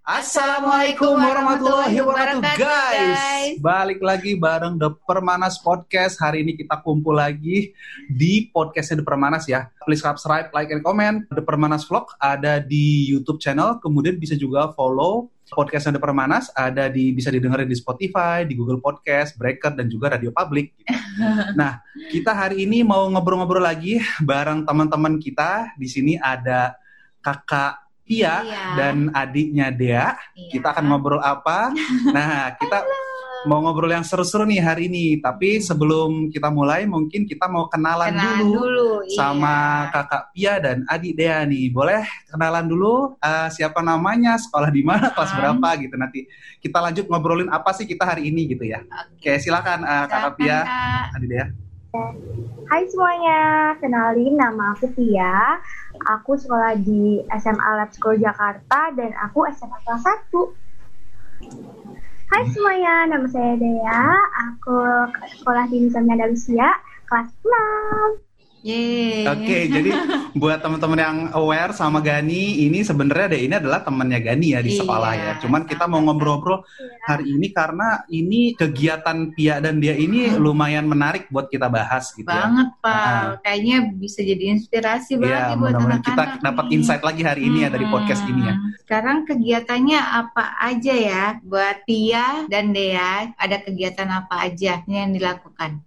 Assalamualaikum warahmatullahi wabarakatuh guys. Balik lagi bareng The Permanas Podcast. Hari ini kita kumpul lagi di podcastnya The Permanas ya. Please subscribe, like, and comment. The Permanas Vlog ada di YouTube channel. Kemudian bisa juga follow podcastnya The Permanas. Bisa didengerin di Spotify, di Google Podcast, Breaker, dan juga Radio Public. Gitu. Nah, kita hari ini mau ngobrol-ngobrol lagi bareng teman-teman kita. Di sini ada Kakak Pia dan adiknya Dea. Kita akan ngobrol apa? Nah, kita mau ngobrol yang seru-seru nih hari ini. Tapi sebelum kita mulai, mungkin kita mau kenalan dulu sama Kakak Pia dan adik Dea nih. Boleh kenalan dulu? Siapa namanya? Sekolah di mana? Kelas berapa? Gitu. Nanti kita lanjut ngobrolin apa sih kita hari ini gitu ya. Oke, silakan Kakak Pia, adik Dea. Hai semuanya, kenalin nama aku Pia. Aku sekolah di SMA Lab School Jakarta dan aku SMA kelas 1. Hai semuanya, nama saya Dea. Aku sekolah di Nizam Andalusia kelas 6. Yeay. Oke, jadi buat teman-teman yang aware sama Gani, ini sebenarnya ini adalah temannya Gani ya di sekolah ya. Cuman kita mau ngobrol-ngobrol hari ini karena ini kegiatan Pia dan dia ini lumayan menarik buat kita bahas gitu banget, ya. Pak. Kayaknya bisa jadi inspirasi banget buat anak-anak. Kita dapat insight lagi hari ini ya dari podcast ini ya. Sekarang kegiatannya apa aja ya buat Pia dan Dea? Ada kegiatan apa aja yang dilakukan?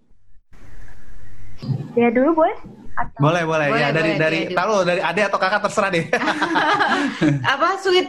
Dea dulu boleh? Boleh ya dari Ade atau kakak terserah deh. Apa sweet.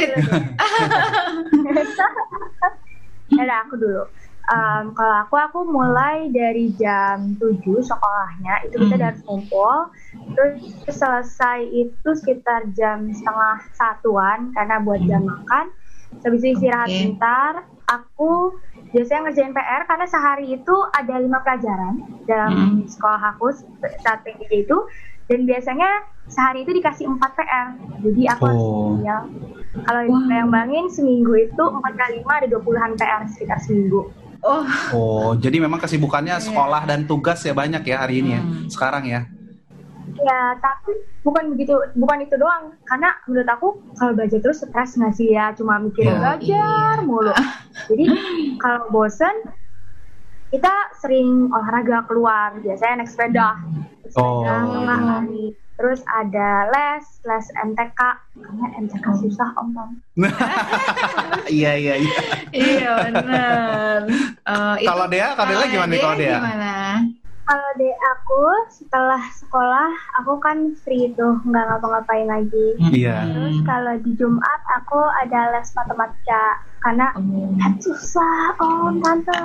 Ada aku dulu. Kalau aku mulai dari jam 7 sekolahnya, itu kita harus ngumpul. Terus selesai itu sekitar jam setengah 1-an karena buat jam makan. Habis itu istirahat bentar, aku biasanya ngerjain PR karena sehari itu ada 5 pelajaran dalam sekolah aku saat PJJ itu, dan biasanya sehari itu dikasih 4 PR. Jadi aku harus kalau bayangin seminggu itu 4 kali 5 ada 20-an PR sekitar seminggu. Jadi memang kesibukannya sekolah dan tugas ya banyak ya hari ini ya, sekarang ya. Ya, tapi bukan itu doang. Karena menurut aku kalau belajar terus stres nggak sih ya, cuma mikirin belajar mulu. Jadi kalau bosen, kita sering olahraga keluar, biasanya naik sepeda tengah hari. Terus ada les MTK, karena MTK susah Om. Iya. Iya benar. Kalau Dea gimana nih kalau Dea? Kalau aku setelah sekolah aku kan free tuh, nggak ngapa-ngapain lagi. Terus kalau di Jumat aku ada les matematika karena susah tante.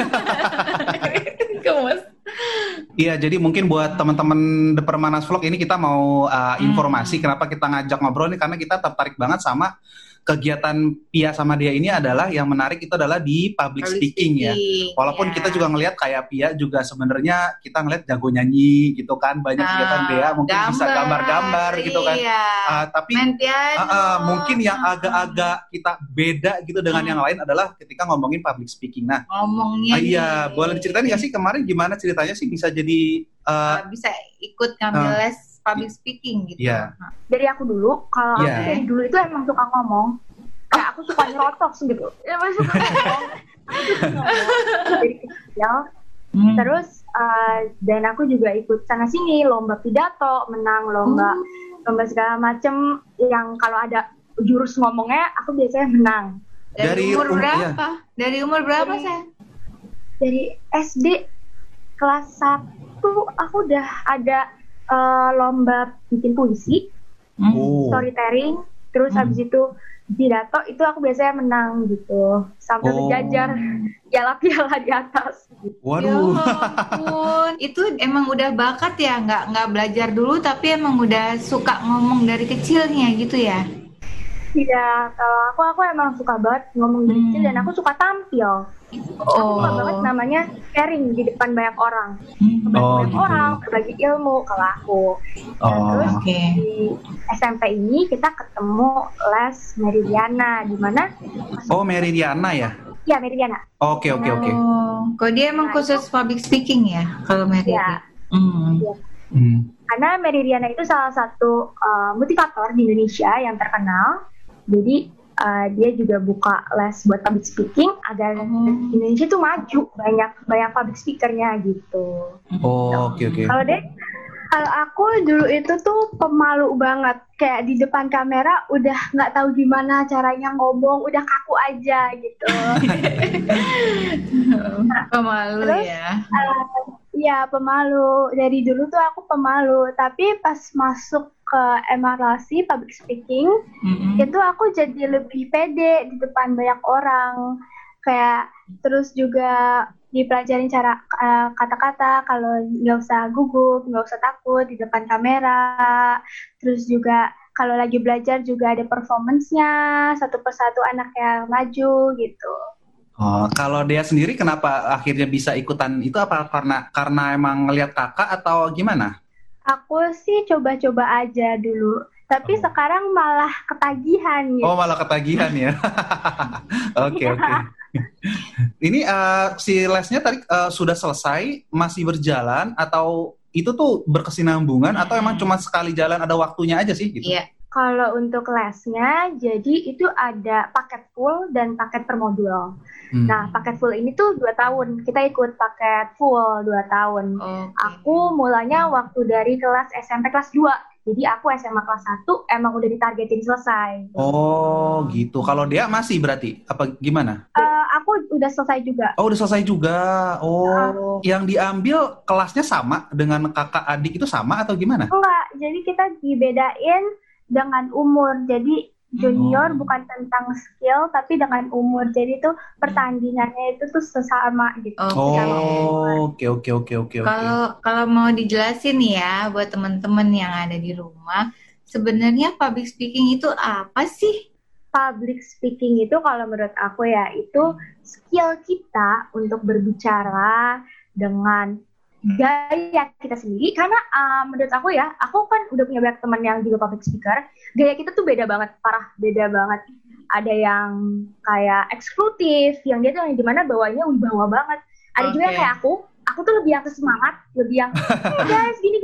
Iya, jadi mungkin buat teman-teman The Permanas Vlog ini kita mau informasi kenapa kita ngajak ngobrol nih, karena kita tertarik banget sama kegiatan Pia sama Dea ini adalah yang menarik itu adalah di public speaking ya. Walaupun kita juga ngelihat kayak Pia juga sebenarnya kita ngelihat jago nyanyi gitu kan, banyak kegiatan Dea mungkin bisa gambar-gambar gitu kan. Tapi mungkin yang agak-agak kita beda gitu dengan yang lain adalah ketika ngomongin public speaking. Nah, ngomongnya boleh diceritain nggak sih kemarin gimana ceritanya sih bisa jadi bisa ikut ngambil les public speaking gitu. Dari aku dulu, kalau aku dari dulu itu emang suka ngomong. Kayak aku suka nyerotok gitu. Ya masuk ngomong. Dari kecil. Terus dan aku juga ikut sana sini lomba pidato, menang lomba segala macem yang kalau ada jurus ngomongnya aku biasanya menang. Dari umur berapa? Dari umur berapa saya? Dari SD kelas 1 aku udah ada lomba bikin puisi, storytelling, terus habis itu pidato itu aku biasanya menang gitu, sampai berjajar piala-piala di atas. Waduh. Ya ampun, itu emang udah bakat ya, nggak belajar dulu tapi emang udah suka ngomong dari kecilnya gitu ya? Iya, kalau aku emang suka banget ngomong dari kecil dan aku suka tampil. Aku suka banget namanya sharing di depan banyak orang. Orang berbagi ilmu kalau aku. Terus di SMP ini kita ketemu les Meridiana di mana? Meridiana ya? Iya, Meridiana. Oke. Kok dia emang khusus public speaking ya kalau Meridiana? Iya. Karena Meridiana itu salah satu motivator di Indonesia yang terkenal. Jadi dia juga buka les buat public speaking agar Indonesia tuh maju, banyak public speakernya gitu. Oke. Kalau aku dulu itu tuh pemalu banget, kayak di depan kamera udah nggak tahu gimana caranya ngomong, udah kaku aja gitu. Pemalu. Terus, ya. Iya, pemalu. Dari dulu tuh aku pemalu, tapi pas masuk ke emerasi public speaking, itu aku jadi lebih pede di depan banyak orang. Kayak terus juga dipelajarin cara kata-kata, kalau nggak usah gugup, nggak usah takut di depan kamera. Terus juga kalau lagi belajar juga ada performance-nya, satu persatu anak yang maju gitu. Oh, kalau dia sendiri kenapa akhirnya bisa ikutan itu, apa karena emang ngelihat kakak atau gimana? Aku sih coba-coba aja dulu, tapi sekarang malah ketagihan gitu. Oh, malah ketagihan ya. Oke. Ini si lesnya tadi sudah selesai, masih berjalan, atau itu tuh berkesinambungan, atau emang cuma sekali jalan ada waktunya aja sih gitu? Iya. Kalau untuk lesnya, jadi itu ada paket full dan paket per modul. Nah, paket full ini tuh 2 tahun. Kita ikut paket full 2 tahun. Aku mulanya waktu dari kelas SMP kelas 2. Jadi aku SMA kelas 1 emang udah ditargetin selesai. Oh gitu. Kalau dia masih berarti? Apa gimana? Aku udah selesai juga. Oh udah selesai juga. Oh, yang diambil kelasnya sama dengan kakak adik itu sama atau gimana? Enggak, jadi kita dibedain dengan umur. Jadi junior bukan tentang skill tapi dengan umur. Jadi tuh pertandingannya itu tuh sesama gitu. Oke. Kalau mau dijelasin nih ya buat teman-teman yang ada di rumah, sebenarnya public speaking itu apa sih? Public speaking itu kalau menurut aku ya itu skill kita untuk berbicara dengan gaya kita sendiri, karena menurut aku ya, aku kan udah punya banyak teman yang juga public speaker, gaya kita tuh beda banget, parah beda banget. Ada yang kayak eksklusif, yang dia tuh yang dimana bawanya wibawa banget. Ada juga yang kayak aku tuh lebih yang semangat, lebih yang guys gini.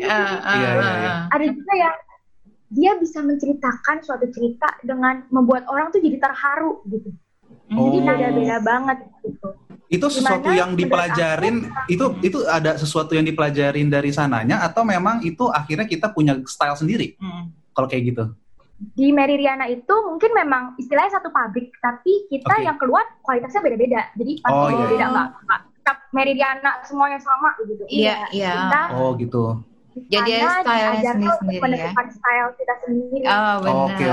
Ada juga yang dia bisa menceritakan suatu cerita dengan membuat orang tuh jadi terharu gitu. Jadi beda-beda banget gitu. Itu sesuatu yang dipelajarin, itu ada sesuatu yang dipelajarin dari sananya, atau memang itu akhirnya kita punya style sendiri? Kalau kayak gitu. Di Meridiana itu mungkin memang istilahnya satu pabrik, tapi kita yang keluar kualitasnya beda-beda. Jadi pasti beda nggak? Meridiana semuanya sama gitu. Iya. Oh gitu. Jadi style sendiri ya. Menentukan style kita sendiri. Oh benar. Oke.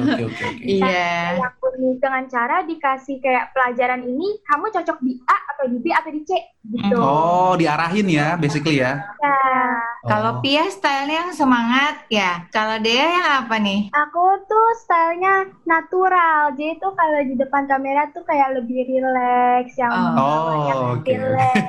Iya. Dengan cara dikasih kayak pelajaran ini, kamu cocok di A atau di B atau di C gitu. Oh, diarahin ya, basically ya. Kalau Pia stylenya yang semangat ya. Kalau Dea yang apa nih? Aku tuh stylenya natural. Jadi tuh kalau di depan kamera tuh kayak lebih relax, yang relax.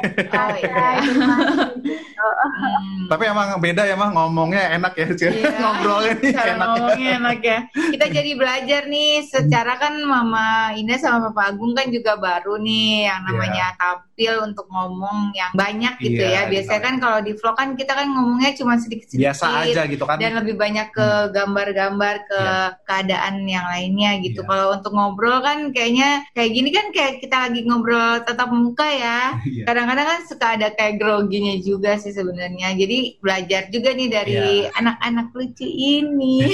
Tapi emang beda ya mah, ngomongnya enak ya, ngobrolnya nih enak. Ngomongnya enak ya. Kita jadi belajar nih, secara kan Mama Ina sama Papa Agung kan juga baru nih yang namanya tampil untuk ngomong yang banyak gitu ya. Biasanya kan kalau di vlog kan kita kan ngomongnya cuma sedikit-sedikit. Biasa aja gitu kan. Dan lebih banyak ke gambar-gambar, ke keadaan yang lainnya gitu. Kalau untuk ngobrol kan kayaknya kayak gini kan kayak kita lagi ngobrol tatap muka ya. Kadang-kadang kan suka ada kayak groginya juga sih sebenarnya. Jadi belajar juga nih dari anak-anak lucu ini.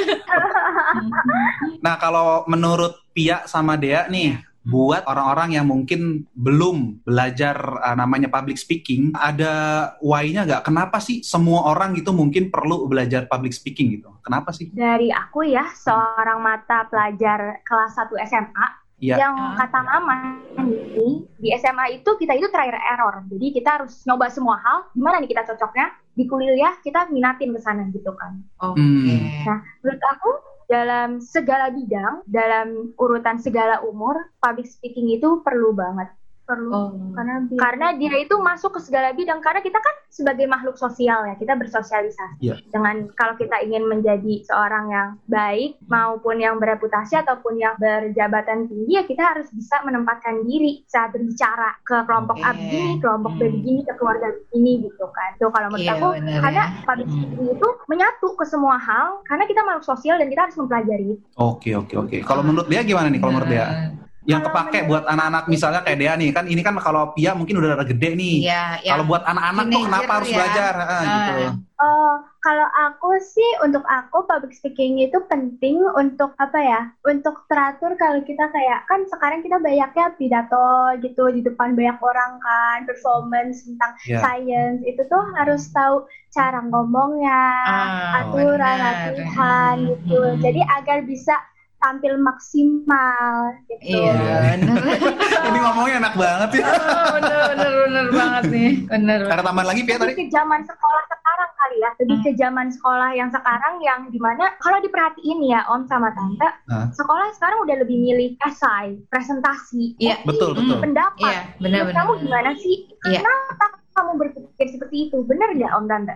Nah, kalau menurut Pia sama Dea nih, buat orang-orang yang mungkin belum belajar namanya public speaking, ada why-nya nggak? Kenapa sih semua orang gitu mungkin perlu belajar public speaking gitu? Kenapa sih? Dari aku ya, seorang mata pelajar kelas 1 SMA, yang kata Mama nih, di SMA itu kita itu trial error. Jadi kita harus nyoba semua hal, gimana nih kita cocoknya, di kuliah kita minatin ke sana gitu kan. Nah, menurut aku dalam segala bidang, dalam urutan segala umur, public speaking itu perlu banget. perlu. Karena dia itu masuk ke segala bidang. Karena kita kan sebagai makhluk sosial ya, kita bersosialisasi. Dengan kalau kita ingin menjadi seorang yang baik maupun yang bereputasi ataupun yang berjabatan tinggi, ya kita harus bisa menempatkan diri saat berbicara ke kelompok A begini, kelompok B begini, ke keluarga ini gitu kan. Tuh kalau menurut aku, karena public speaking itu menyatu ke semua hal, karena kita makhluk sosial dan kita harus mempelajari. Oke. Kalau menurut dia gimana nih? Kalau menurut dia? Yang kepake buat anak-anak misalnya kayak Dea nih, kan ini kan kalau Pia mungkin udah gede nih. Kalau buat anak-anak tuh kenapa harus belajar? Gitu. Kalau aku sih, untuk aku public speaking itu penting untuk untuk teratur. Kalau kita kayak kan sekarang kita banyaknya pidato gitu di depan banyak orang kan, performance tentang science, itu tuh harus tahu cara ngomongnya, aturan latihan gitu. Jadi agar bisa tampil maksimal gitu. Iya, benar. Ini ngomongnya enak banget ya. Bener banget nih. Bener. Ada tambahan lagi Pia tadi? Ke zaman sekolah sekarang kali ya. Lebih ke zaman sekolah yang sekarang, yang dimana kalau diperhatiin ya Om sama Tante, sekolah sekarang udah lebih milih esai, presentasi, betul. pendapat. Iya, benar. Kamu gimana sih? Kenapa kamu berpikir seperti itu? Bener nggak Om Tante?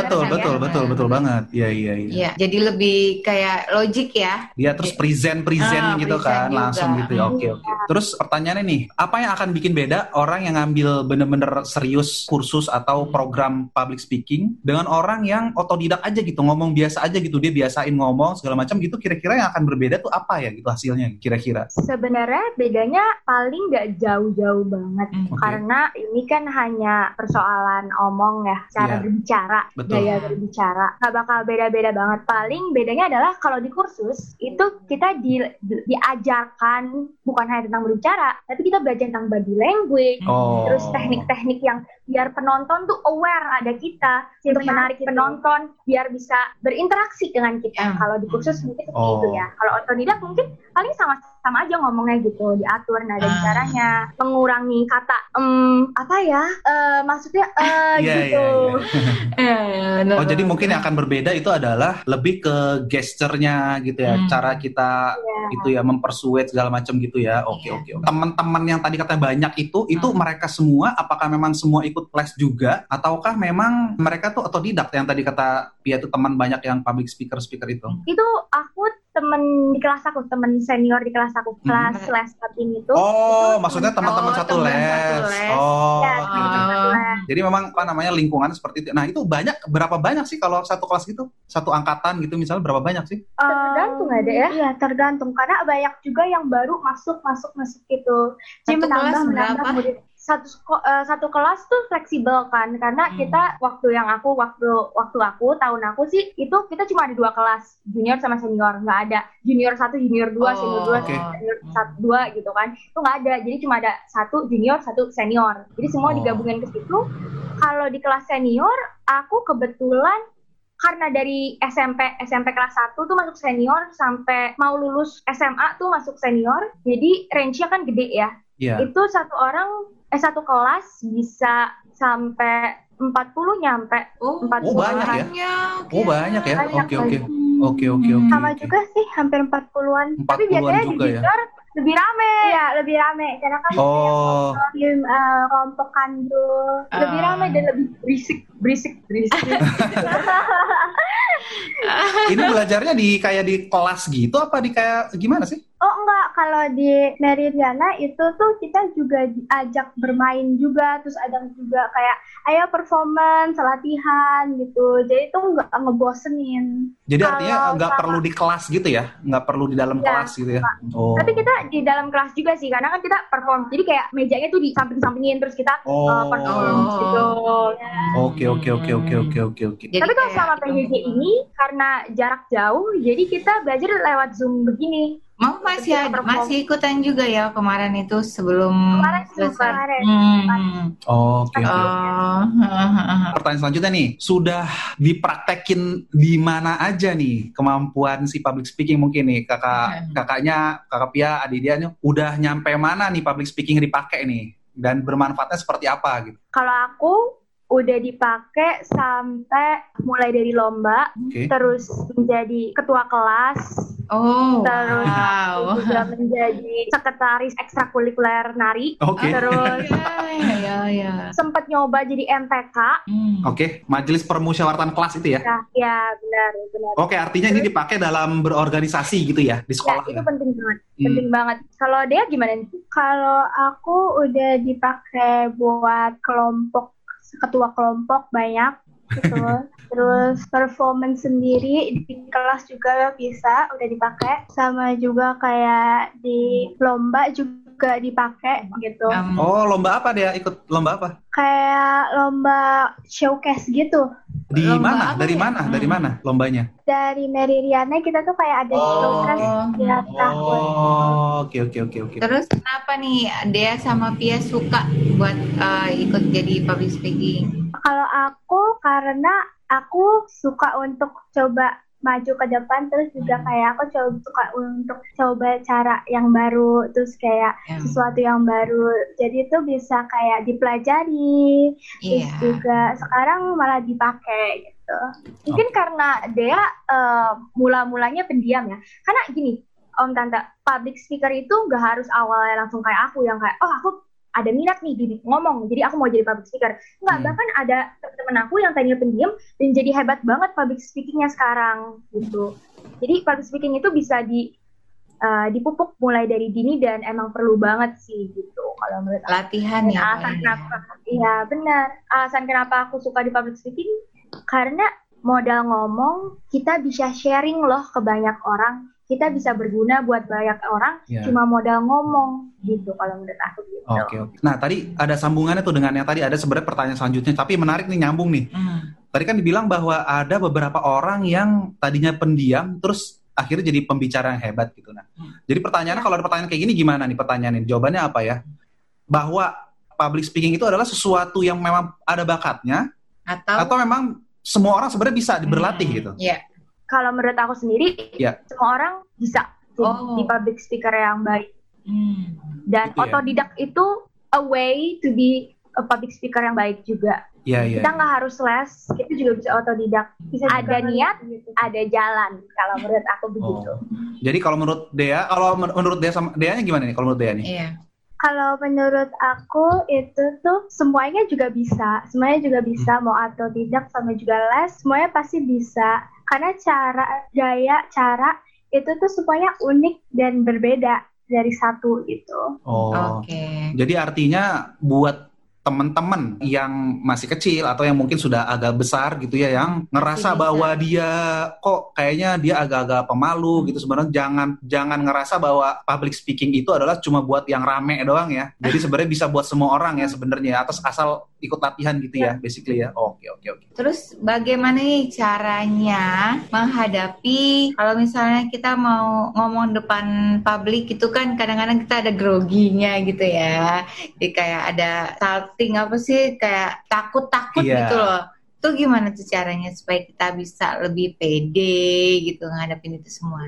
Betul banget. Iya. Jadi lebih kayak logik ya. Dia terus present gitu kan, juga. Langsung gitu ya. Oke. Terus pertanyaannya nih, apa yang akan bikin beda orang yang ngambil bener-bener serius kursus atau program public speaking dengan orang yang otodidak aja gitu, ngomong biasa aja gitu, dia biasain ngomong segala macam gitu, kira-kira yang akan berbeda tuh apa ya gitu hasilnya kira-kira? Sebenarnya bedanya paling nggak jauh-jauh banget, karena ini kan hanya persoalan omong ya, cara berbicara, gaya berbicara, nggak bakal beda-beda banget. Paling bedanya adalah kalau di kursus itu kita diajarkan bukan hanya tentang berbicara, tapi kita belajar tentang body language, terus teknik-teknik yang biar penonton tuh aware ada kita, untuk menarik penonton biar bisa berinteraksi dengan kita. Kalau di kursus mungkin seperti itu ya. Kalau otodidak mungkin paling sama aja ngomongnya gitu, diatur nada bicaranya, mengurangi kata maksudnya gitu. Jadi mungkin yang akan berbeda itu adalah lebih ke gesturnya gitu ya, cara kita itu ya mempersuade segala macam gitu ya. Oke. Teman-teman yang tadi katanya banyak itu mereka semua apakah memang semua ikut les juga ataukah memang mereka tuh otodidak yang tadi kata Pia tuh teman banyak yang public speaker itu? Itu aku temen di kelas aku, temen senior di kelas aku, kelas les cutting itu. Maksudnya teman-teman satu les. Jadi memang lingkungan seperti itu. Nah, itu berapa banyak sih kalau satu kelas gitu? Satu angkatan gitu misalnya berapa banyak sih? Tergantung ada ya? Iya, tergantung. Karena banyak juga yang baru masuk gitu. Jadi menambah murid. Satu kelas tuh fleksibel kan, karena kita waktu aku tahun aku sih itu kita cuma ada 2 kelas, junior sama senior, nggak ada junior 1, junior 2, senior 2, senior 1, 2 gitu kan, itu nggak ada. Jadi cuma ada 1 junior 1 senior, jadi semua digabungin ke situ. Kalau di kelas senior aku kebetulan karena dari SMP kelas 1 tuh masuk senior sampai mau lulus SMA tuh masuk senior, jadi range-nya kan gede ya. Itu satu kelas bisa sampai 40 nyampe 40. Banyak ya? Banyak ya? Oke. Sama juga sih, hampir 40-an. Tapi biasanya juga di Jogor lebih rame. Iya, lebih rame. Karena kan kelompokan tuh lebih rame dan lebih berisik. Ini belajarnya kayak di kelas gitu apa di kayak gimana sih? Enggak, kalau di Meridiana itu tuh kita juga diajak bermain juga, terus ada juga kayak ayo performance, latihan gitu. Jadi itu nggak ngebosenin. Jadi artinya nggak perlu di kelas gitu ya? Nggak perlu di dalam kelas gitu ya? Tapi kita di dalam kelas juga sih, karena kan kita perform. Jadi kayak mejanya tuh disamping-sampingin, terus kita performance gitu. Oke. Tapi kalau selama PJJ ini, karena jarak jauh, jadi kita belajar lewat Zoom begini. Masih ikutan juga ya kemarin itu sebelum kemarin. Oke. Pertanyaan selanjutnya nih, sudah dipraktekin di mana aja nih kemampuan si public speaking mungkin nih kakak Pia, adik dia nih udah nyampe mana nih public speaking dipakai nih dan bermanfaatnya seperti apa gitu? Kalau aku udah dipakai sampai mulai dari lomba, terus menjadi ketua kelas, Terus wow. aku juga menjadi sekretaris ekstrakurikuler nari. Terus sempat nyoba jadi MTK. Majelis Permusyawaratan Kelas itu ya? Ya, benar. Oke, artinya ini dipakai dalam berorganisasi gitu ya di sekolah? Ya, itu penting banget. Penting banget. Kalau dia gimana nih? Kalau aku udah dipakai buat ketua kelompok banyak gitu. Terus performance sendiri di kelas juga bisa udah dipakai, sama juga kayak di lomba juga dipakai gitu. Lomba apa dia? Ikut lomba apa? Kayak lomba showcase gitu. Dari mana lombanya? Dari Mary Riana kita tuh kayak ada showcase tiap tahun. Oke. Terus kenapa nih Dea sama Pia suka buat ikut jadi public speaking? Kalau aku karena aku suka untuk coba maju ke depan, terus juga kayak aku suka untuk coba cara yang baru, terus kayak sesuatu yang baru, jadi itu bisa kayak dipelajari, terus juga sekarang malah dipakai gitu. Mungkin karena dia mula-mulanya pendiam ya, karena gini Om Tante, public speaker itu gak harus awalnya langsung kayak aku yang kayak aku ada minat nih di ngomong, jadi aku mau jadi public speaker. Enggak, bahkan ada teman aku yang tadinya pendiam dan jadi hebat banget public speakingnya sekarang gitu. Jadi public speaking itu bisa dipupuk mulai dari dini dan emang perlu banget sih gitu kalau menurut aku. Latihan ya. Iya benar. Alasan kenapa aku suka di public speaking karena modal ngomong kita bisa sharing loh ke banyak orang. Kita bisa berguna buat banyak orang cuma modal ngomong gitu kalau menurut aku gitu. Oke. Nah tadi ada sambungannya tuh dengan yang tadi ada sebenarnya pertanyaan selanjutnya, tapi menarik nih, nyambung nih. Tadi kan dibilang bahwa ada beberapa orang yang tadinya pendiam terus akhirnya jadi pembicara yang hebat gitu. Nah, jadi pertanyaannya kalau ada pertanyaan kayak gini gimana nih pertanyaannya? Jawabannya apa ya? Bahwa public speaking itu adalah sesuatu yang memang ada bakatnya atau memang semua orang sebenarnya bisa berlatih gitu? Iya. Kalau menurut aku sendiri, semua orang bisa di public speaker yang baik. Dan otodidak itu a way to be a public speaker yang baik juga. Kita nggak harus les, kita juga bisa otodidak. Bisa ada niat, ada jalan. Kalau menurut aku begitu. Jadi kalau menurut Dea sama Deanya gimana nih? Kalau menurut Dea nih? Iya. Kalau menurut aku itu tuh semuanya juga bisa, mau otodidak sama juga les, semuanya pasti bisa. Karena cara itu tuh semuanya unik dan berbeda dari satu gitu. Jadi artinya buat teman-teman yang masih kecil atau yang mungkin sudah agak besar gitu ya, yang ngerasa bahwa dia kok kayaknya dia agak-agak pemalu gitu, sebenarnya jangan ngerasa bahwa public speaking itu adalah cuma buat yang rame doang ya. Jadi sebenarnya bisa buat semua orang ya sebenarnya, asal ikut latihan gitu ya, basically ya. Oke. Terus bagaimana nih caranya menghadapi kalau misalnya kita mau ngomong depan publik itu kan kadang-kadang kita ada groginya gitu ya. Jadi kayak ada salting apa sih, kayak takut gitu loh. Itu gimana tuh caranya supaya kita bisa lebih pede gitu ngadepin itu semua?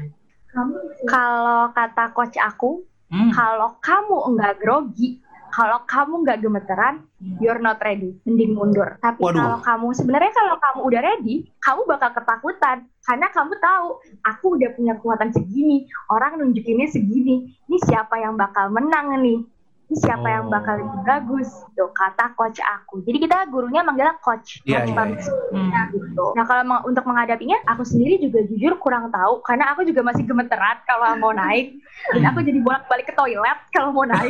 Kalau kata coach aku, kalau kamu enggak grogi, kalau kamu nggak gemeteran, you're not ready, mending mundur. Tapi kalau kamu udah ready, kamu bakal ketakutan karena kamu tahu aku udah punya kekuatan segini, orang nunjukinnya segini. Ini siapa yang bakal menang nih? Ini siapa yang bakal lebih bagus? Tuh kata coach aku. Jadi kita gurunya manggilnya coach. Gitu. Nah kalau untuk menghadapinya, aku sendiri juga jujur kurang tahu karena aku juga masih gemeteran kalau mau naik. Dan aku jadi bolak-balik ke toilet kalau mau naik.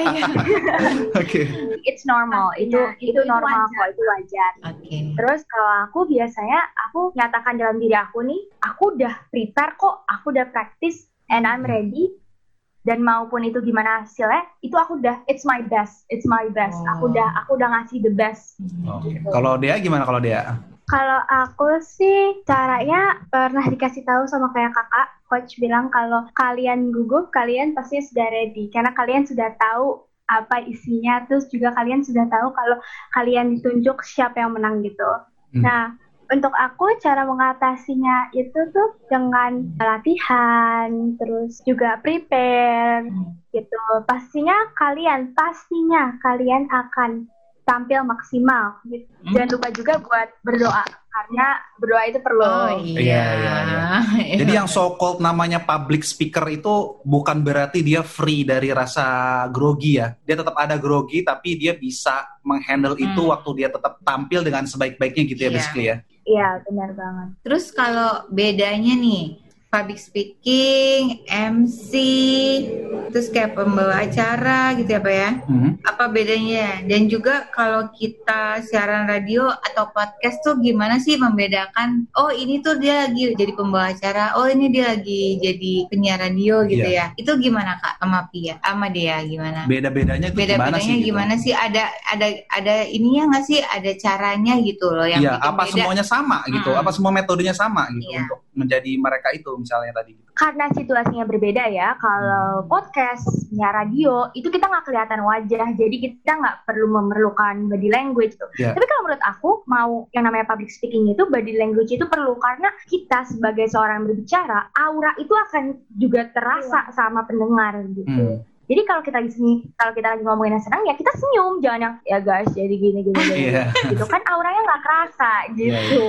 It's normal. Itu normal kok, itu wajar. Terus kalau aku biasanya aku nyatakan dalam diri aku nih, aku udah prepare kok, aku udah practice and I'm ready. Dan maupun itu gimana hasilnya, itu aku udah it's my best. Aku udah ngasih the best. Kalau Dea gimana kalau Dea? Kalau aku sih caranya pernah dikasih tahu sama kayak kakak, coach bilang kalau kalian gugup, kalian pasti sudah ready karena kalian sudah tahu apa isinya, terus juga kalian sudah tahu kalau kalian ditunjuk siapa yang menang gitu. Nah, untuk aku cara mengatasinya itu tuh dengan latihan, terus juga prepare gitu. Pastinya kalian akan tampil maksimal gitu. Jangan lupa juga buat berdoa. karena berdoa itu perlu. Oh iya. Jadi yang so-called namanya public speaker itu bukan berarti dia free dari rasa grogi ya. Dia tetap ada grogi tapi dia bisa menghandle itu waktu dia tetap tampil dengan sebaik-baiknya gitu ya basically ya. Iya, benar banget. Terus kalau bedanya nih, public speaking, MC, terus kayak pembawa acara gitu ya Pak ya? Apa bedanya? Dan juga kalau kita siaran radio atau podcast tuh gimana sih membedakan, oh ini tuh dia lagi jadi pembawa acara, oh ini dia lagi jadi penyiar radio gitu ya? Itu gimana Kak sama Pia? Sama dia gimana? Beda-bedanya itu gimana sih? Ada ininya nggak sih? Ada caranya gitu loh yang bikin apa beda? Semuanya sama gitu? Apa semua metodenya sama gitu untuk menjadi mereka itu misalnya tadi? Karena situasinya berbeda ya. Kalau podcast, radio itu kita nggak kelihatan wajah, jadi kita nggak perlu memerlukan body language tuh. Tapi kalau menurut aku, mau yang namanya public speaking itu body language itu perlu, karena kita sebagai seorang berbicara, aura itu akan juga terasa sama pendengar gitu. Jadi kalau kita di sini, kalau kita lagi ngomongin yang senang ya kita senyum, jangan yang ya guys jadi gini gitu kan auranya nggak kerasa gitu.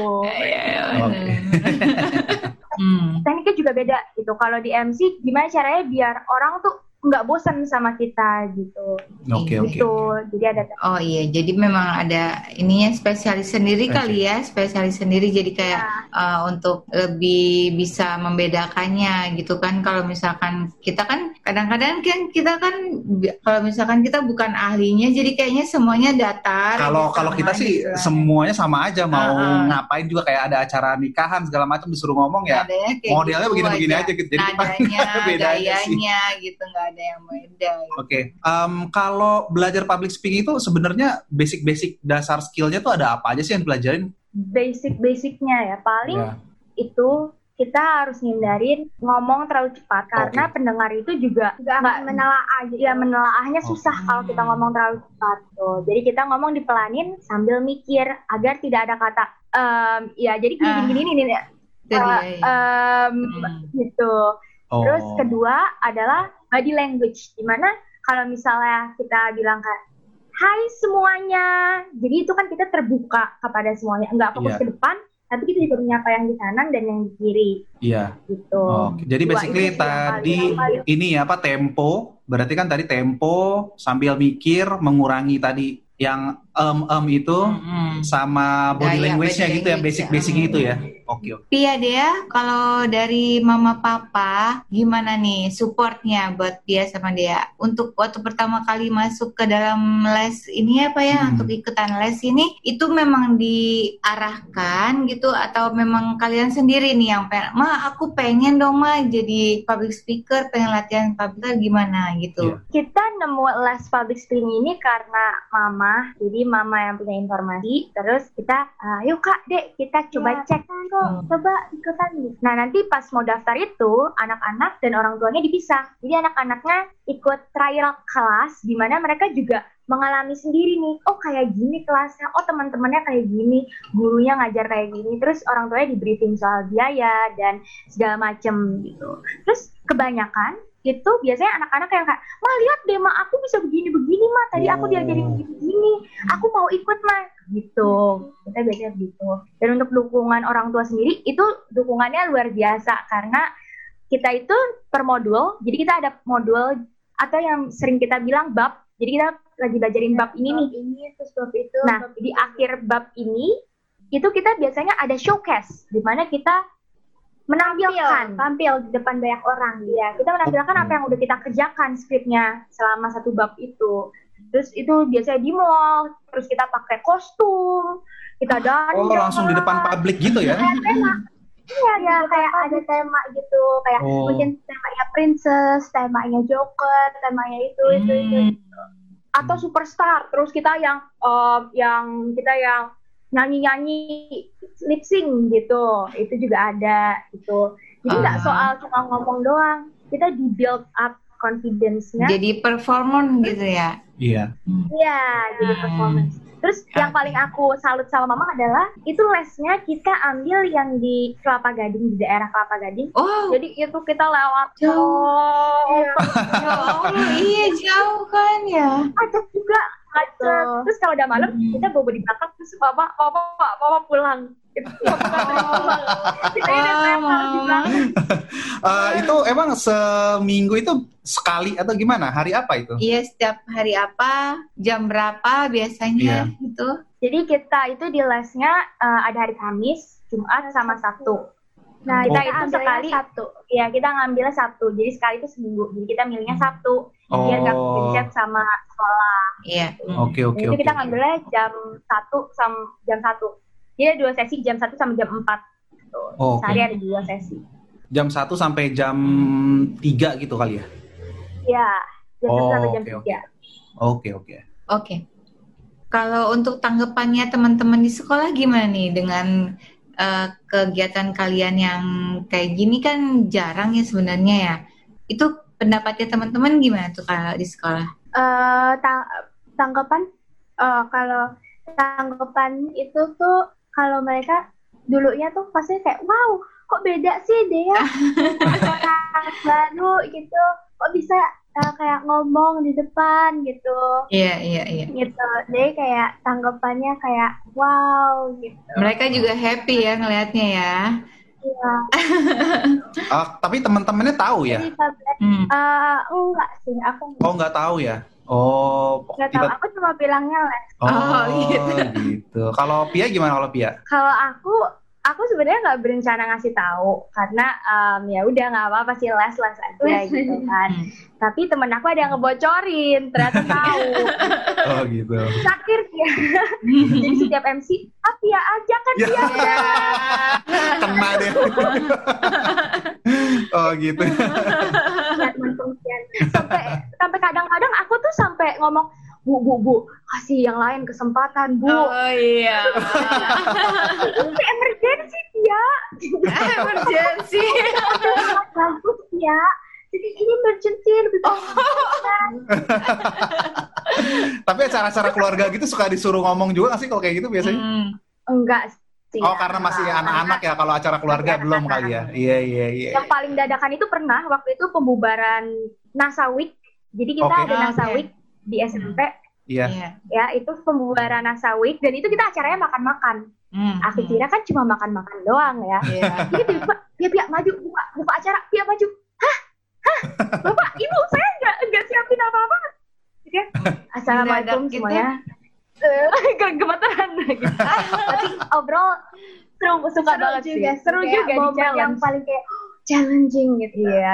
Tekniknya juga beda gitu. Kalau di MC gimana caranya biar orang tuh nggak bosan sama kita gitu. Oke. Jadi ada. Oh iya, jadi memang ada ininya spesialis sendiri kali ya, spesialis sendiri. Jadi kayak untuk lebih bisa membedakannya gitu kan. Kalau misalkan kita kan kadang-kadang kan kita kan kalau misalkan kita bukan ahlinya, jadi kayaknya semuanya datar. Kalau kita sih gitu semuanya sama aja, mau ngapain juga kayak ada acara nikahan segala macam disuruh ngomong ya. Modelnya gitu begini-begini aja gitu. Jadi nadanya, gayanya gitu nggak ada yang beda. Oke. Kalau belajar public speaking itu sebenarnya basic dasar skillnya tuh ada apa aja sih yang dipelajarin? Basicnya ya paling itu kita harus hindarin ngomong terlalu cepat karena pendengar itu juga nggak menelaah aja. Ya menelaahnya susah kalau kita ngomong terlalu cepat tuh. Jadi kita ngomong dipelanin sambil mikir agar tidak ada kata jadi gini nih gitu. Terus kedua adalah body language, dimana kalau misalnya kita bilang kayak hai semuanya, jadi itu kan kita terbuka kepada semuanya, nggak fokus ke depan, tapi kita juga menyapa yang di kanan dan yang di kiri. Gitu. Jadi basically tadi ini apa tempo, berarti kan tadi tempo sambil mikir, mengurangi tadi yang itu sama body language-nya gitu ya, basic itu ya. Oke. Pia Dea, kalau dari mama papa gimana nih supportnya buat Pia sama Dea untuk waktu pertama kali masuk ke dalam les ini apa ya, untuk ikutan les ini, itu memang diarahkan gitu atau memang kalian sendiri nih yang aku pengen dong jadi public speaker, pengen latihan public gimana gitu? Kita nemu les public speaking ini karena mama, jadi mama yang punya informasi, terus kita yuk Kak, Dek, kita coba cek coba ikutan. Nah nanti pas mau daftar itu anak-anak dan orang tuanya dipisah. Jadi anak-anaknya ikut trial kelas di mana mereka juga mengalami sendiri nih. Oh kayak gini kelasnya. Oh teman-temannya kayak gini. Gurunya ngajar kayak gini. Terus orang tuanya di briefing soal biaya dan segala macem gitu. Terus kebanyakan itu biasanya anak-anak yang kayak, Ma lihat deh Ma, aku bisa begini-begini Ma, tadi aku diajarin begini, aku mau ikut Ma, gitu. Kita biasanya gitu. Dan untuk dukungan orang tua sendiri, itu dukungannya luar biasa, karena kita itu per modul, jadi kita ada modul, atau yang sering kita bilang bab, jadi kita lagi belajarin bab ini nih. Terus bab itu. Nah, di akhir bab ini, itu kita biasanya ada showcase, di mana kita tampil di depan banyak orang ya. Kita menampilkan apa yang udah kita kerjakan skripnya selama satu bab itu. Terus itu biasanya di mall, terus kita pakai kostum, kita dandan. Langsung di depan publik gitu ya? Iya, kayak ada tema gitu, kayak mungkin temanya princess, temanya joker, temanya itu. Atau superstar, terus kita yang nyanyi lip sync gitu, itu juga ada gitu. Jadi nggak soal cuma ngomong doang, kita di build up confidence-nya. Jadi performance gitu ya? Iya. Iya, jadi performance. Terus yang paling aku salut sama mama adalah itu lesnya kita ambil yang di Kelapa Gading, di daerah Kelapa Gading. Jadi itu kita lewat jauh. Iya jauh kan ya. Ada juga. Terus kalau udah malam kita bobo di belakang, terus papa pulang Gitu. Kita udah travel di belakang. Itu emang seminggu itu sekali atau gimana? Hari apa itu? Iya, setiap hari apa, jam berapa biasanya gitu. Jadi kita itu di lesnya ada hari Kamis, Jumat, sama Sabtu. Nah, kita itu sekali Sabtu. Iya, kita ngambilnya Sabtu. Jadi sekali itu seminggu. Jadi kita milihnya Sabtu. Biar nggak kepencet sama sekolah. Iya. Oke. Jadi kita ngambilnya jam 1 sama jam 1. Jadi ada 2 sesi, jam 1 sama jam 4. Gitu. Sehari ada 2 sesi. Jam 1 sampai jam 3 gitu kali ya? Iya, jam 1 sampai jam 3. Oke. Kalau untuk tanggapannya teman-teman di sekolah gimana nih dengan kegiatan kalian yang kayak gini kan jarang ya sebenarnya ya. Itu pendapatnya teman-teman gimana tuh kalau di sekolah? Tanggapan kalau tanggapan itu tuh kalau mereka dulunya tuh pasti kayak wow, kok beda sih dia orang baru gitu, kok bisa kayak ngomong di depan gitu. Iya. Gitu. Jadi kayak tanggapannya kayak wow gitu. Mereka juga happy ya ngelihatnya ya. Iya. Tapi teman-temannya tahu ya? Enggak sih, aku nggak tahu ya. Nggak tahu, aku cuma bilangnya les. Gitu. Kalau Pia gimana kalau Pia? Kalau aku sebenarnya nggak berencana ngasih tahu karena ya udah nggak apa-apa sih les aja gitu kan. Tapi temen aku ada yang ngebocorin, ternyata tahu. Oh gitu. Sakir dia. Jadi setiap MC, Pia aja kan dia. Kena deh. Oh gitu. Sampai kadang-kadang aku tuh sampai ngomong, Bu, kasih yang lain kesempatan, Bu. Oh iya. Ini emergency dia. Emergency. Bagus ya. Jadi ini emergency lebih bagus. Tapi acara-acara keluarga gitu suka disuruh ngomong juga nggak sih kalau kayak gitu biasanya? Enggak sih. Karena masih anak-anak ya, kalau acara keluarga belum kali ya. Iya. Yang paling dadakan itu pernah waktu itu pembubaran NASA Week. Jadi kita ada NASA Week di SMP. Iya. Ya, itu pembubaran NASA Week dan itu kita acaranya makan-makan. Aku kira kan cuma makan-makan doang ya. Jadi tiba-tiba, Pia maju buka acara, Pia maju. Hah? Bapak, Ibu, saya enggak siapin apa-apa. Jadi assalamualaikum semuanya. Gemeteran gitu. Tapi obrol seru juga momen yang paling kayak challenging gitu. Iya.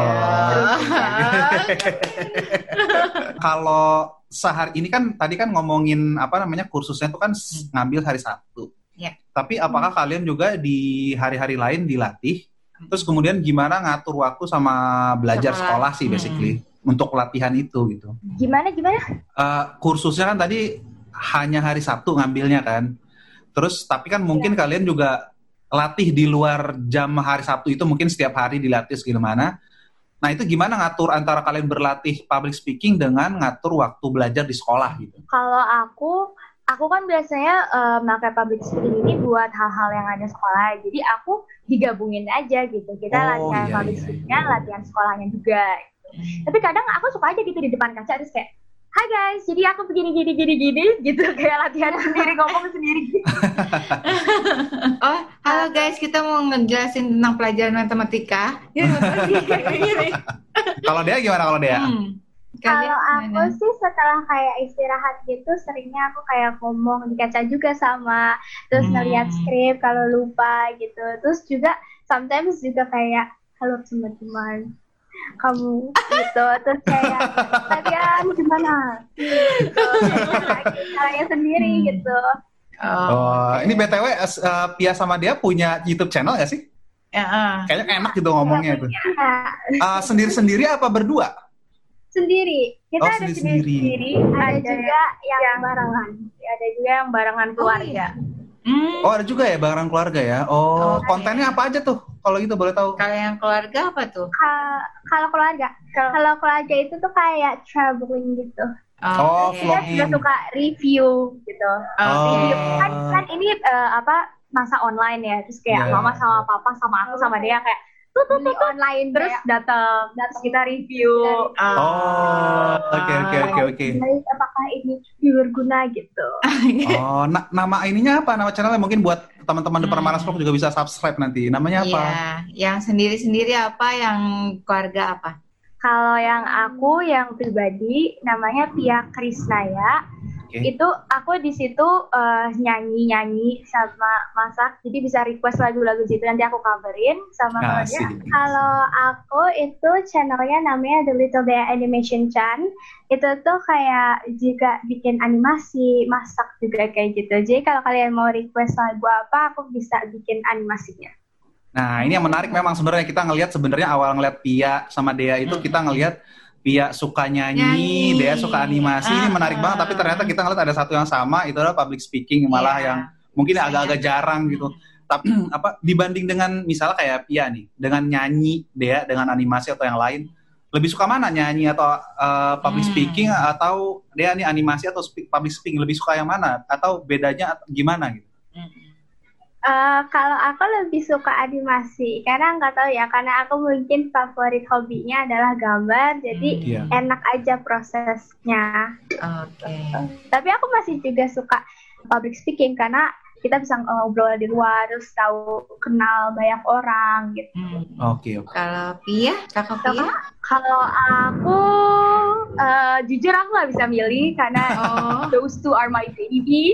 Kalau sehari ini kan tadi kan ngomongin kursusnya tuh kan ngambil hari Sabtu. Yeah. Tapi apakah kalian juga di hari-hari lain dilatih? Terus kemudian gimana ngatur waktu sama belajar sekolah sih basically untuk latihan itu gitu? Gimana? Kursusnya kan tadi hanya hari Sabtu ngambilnya kan. Terus tapi kan mungkin kalian juga latih di luar jam hari Sabtu itu, mungkin setiap hari dilatih segimana. Nah itu gimana ngatur antara kalian berlatih public speaking dengan ngatur waktu belajar di sekolah gitu? Kalau aku kan biasanya pakai public speaking ini buat hal-hal yang ada sekolah. Jadi aku digabungin aja gitu. Kita latihan public speakingnya, latihan sekolahnya juga. Tapi kadang aku suka aja gitu di depan kaca terus kayak, hai guys, jadi aku begini gitu, kayak latihan sendiri, ngomong sendiri gitu. Halo guys, kita mau ngejelasin tentang pelajaran matematika. Kalau Dea gimana kalau Dea? Kalau aku sih setelah kayak istirahat gitu, seringnya aku kayak ngomong di kaca juga sama, terus ngeliat skrip kalau lupa gitu. Terus juga sometimes juga kayak, halo teman-teman, kamu gitu, terus kayak kalian gimana gitu, caranya sendiri gitu. Ini BTW Pia sama dia punya YouTube channel gak sih? Kayaknya enak gitu ngomongnya tuh. Sendiri-sendiri apa berdua? Sendiri. Kita ada sendiri. Ada juga yang barengan. Ada juga yang barengan keluarga. Ada juga ya barengan keluarga ya. Kontennya apa aja tuh? Kalau gitu boleh tahu. Kalau yang keluarga apa tuh? Kalau keluarga itu tuh kayak traveling gitu. Kita juga suka review gitu. Review kan ini masa online ya. Terus kayak mama sama papa sama aku sama dia kayak tuh online terus datang kita review. Oke. Apakah ini berguna gitu? Nama ininya apa? Nama channelnya mungkin buat teman-teman The Permanas Vlog juga bisa subscribe nanti. Namanya apa? Iya, yang sendiri-sendiri apa, yang keluarga apa? Kalau yang aku yang pribadi namanya Pia Krisnaya. Itu aku di situ nyanyi sama masak, jadi bisa request lagu-lagu situ nanti aku coverin sama keluarga. Kalau aku itu channelnya namanya The Little Dea Animation Chan. Itu tuh kayak juga bikin animasi, masak juga kayak gitu. Jadi kalau kalian mau request lagu apa, aku bisa bikin animasinya. Nah, ini yang menarik memang sebenarnya kita ngelihat awal ngelihat Pia sama Dea itu kita ngelihat Pia suka nyanyi, Dea suka animasi, ini menarik banget. Tapi ternyata kita ngeliat ada satu yang sama, itu adalah public speaking, malah yang mungkin agak-agak jarang gitu. Tapi dibanding dengan misalnya kayak Pia nih, dengan nyanyi, Dea dengan animasi atau yang lain, lebih suka mana, nyanyi atau public speaking, atau Dea nih animasi atau public speaking, lebih suka yang mana? Atau bedanya gimana gitu? Kalau aku lebih suka animasi, karena nggak tahu ya, karena aku mungkin favorit hobinya adalah gambar, jadi enak aja prosesnya. Tapi aku masih juga suka public speaking karena kita bisa ngobrol di luar, terus tahu kenal banyak orang gitu. Kalau Pia, kakak Pia? Kalau aku jujur aku nggak bisa milih karena those two are my baby.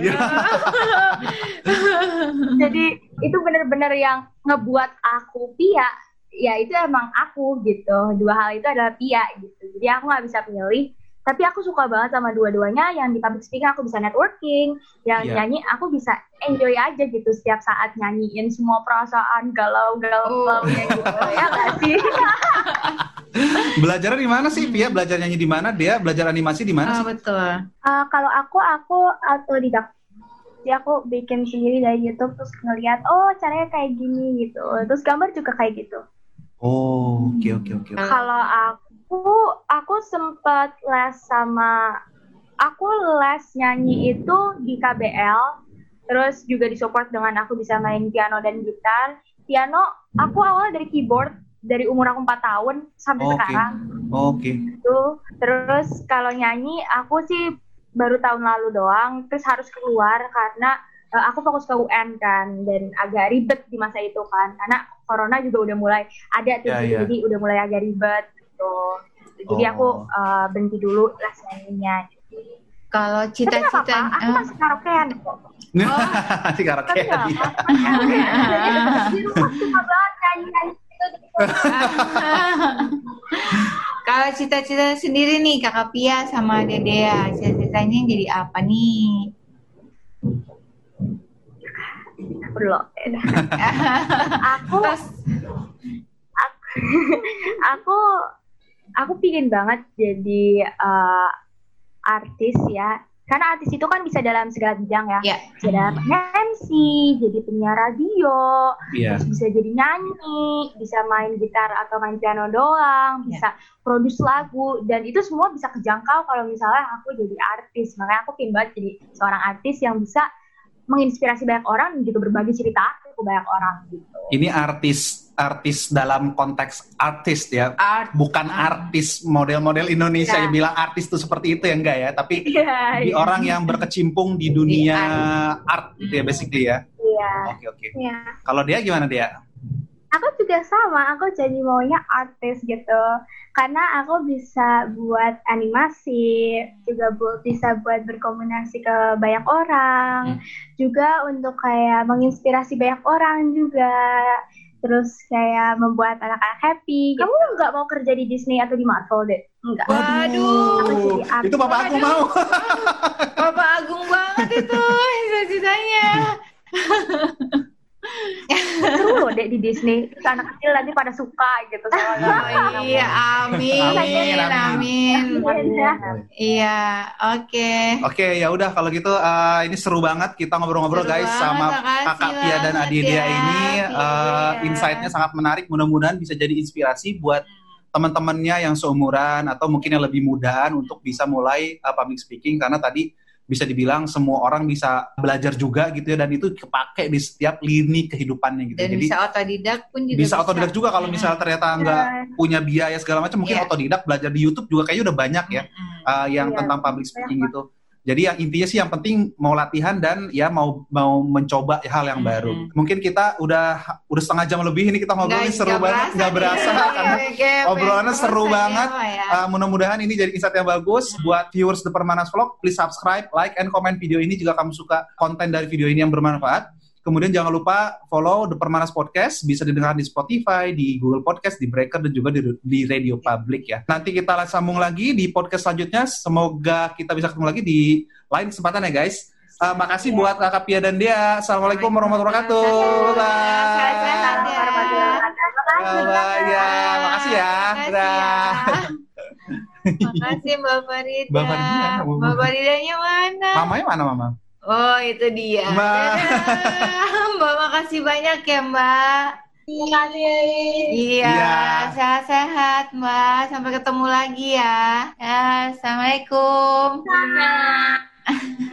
Jadi itu benar-benar yang ngebuat aku Pia. Ya itu emang aku gitu. Dua hal itu adalah Pia gitu. Jadi aku nggak bisa milih. Tapi aku suka banget sama dua-duanya. Yang di public speaking aku bisa networking, yang nyanyi aku bisa enjoy aja gitu setiap saat nyanyiin semua perasaan galau-galau gitu ya nggak sih? Belajarnya di mana sih, Pia? Belajar nyanyi di mana? Dia belajar animasi di mana sih? Betul. Kalau aku autodidak. Jadi aku bikin sendiri dari YouTube, terus ngeliat caranya kayak gini gitu. Terus gambar juga kayak gitu. Oke. Kalau aku sempat les nyanyi itu di KBL, terus juga disupport dengan aku bisa main piano dan gitar. Piano aku awalnya dari keyboard dari umur aku 4 tahun sampai sekarang. Gitu. Terus kalau nyanyi aku sih baru tahun lalu doang, terus harus keluar karena aku fokus ke UN kan, dan agak ribet di masa itu kan, karena corona juga udah mulai ada tuh, jadi udah mulai agak ribet gitu. Jadi aku berhenti dulu les nyanyinya. Kalau cita-cita, aku masih karaokean kok. Masih karaokean. Di rumah suka banget nyanyi gitu. Kalau cita-cita sendiri nih kakak Pia sama Dedea, cita-citanya jadi apa nih? Aku pingin banget jadi artis ya, karena artis itu kan bisa dalam segala bidang ya. Bisa dalam MC, jadi penyiar radio, terus bisa jadi nyanyi, bisa main gitar atau main piano doang, bisa produce lagu, dan itu semua bisa kejangkau kalau misalnya aku jadi artis. Makanya aku pingin banget jadi seorang artis yang bisa menginspirasi banyak orang dan juga berbagi cerita ke banyak orang gitu. Ini artis dalam konteks artis ya, bukan artis model-model Indonesia yang bilang artis itu seperti itu ya, enggak ya, tapi di orang yang berkecimpung di dunia art gitu ya basically ya. Oke. Kalau dia gimana dia? Aku juga sama, aku jadi maunya artis gitu, karena aku bisa buat animasi, juga bisa buat berkomunikasi ke banyak orang, juga untuk kayak menginspirasi banyak orang juga, terus kayak membuat anak-anak happy. Kamu nggak mau kerja di Disney atau di Marvel deh? Enggak. Waduh, itu Bapak Agung mau. Bapak Agung banget itu cita-citanya. Seru loh deh di Disney, anak kecil nanti pada suka gitu sama iya, amin. Iya, oke, ya udah kalau gitu ini seru banget kita ngobrol-ngobrol guys sama kakak Pia dan adik dia ini. Insight-nya sangat menarik, mudah-mudahan bisa jadi inspirasi buat teman-temannya yang seumuran atau mungkin yang lebih mudaan untuk bisa mulai public speaking, karena tadi bisa dibilang semua orang bisa belajar juga gitu ya, dan itu kepake di setiap lini kehidupannya gitu. Dan jadi bisa otodidak pun juga bisa otodidak juga kalau misalnya ternyata nggak punya biaya segala macam, mungkin otodidak belajar di YouTube juga kayaknya udah banyak ya yang tentang public speaking gitu. Jadi yang intinya sih yang penting mau latihan dan ya mau mencoba hal yang baru. Mungkin kita udah setengah jam lebih ini kita ngobrolin seru banget, nggak berasa karena obrolannya seru banget. Mudah-mudahan ini jadi insight yang bagus buat viewers The Permanas Vlog. Please subscribe, like, and comment video ini jika kamu suka konten dari video ini yang bermanfaat. Kemudian jangan lupa follow The Permanas Podcast, bisa didengar di Spotify, di Google Podcast, di Breaker, dan juga di Radio Public ya. Nanti kita sambung lagi di podcast selanjutnya. Semoga kita bisa ketemu lagi di lain kesempatan ya guys. Makasih buat Kakak Pia dan Dea. Assalamualaikum warahmatullahi wabarakatuh. Makasih ya. Makasih Mbak Farida. Mbak Faridanya mana? Mamanya mana Mama? Oh, itu dia. Mbak, makasih banyak ya, Mbak. Terima kasih. Iya, sehat-sehat, Mbak. Sampai ketemu lagi ya. Ya, Assalamualaikum.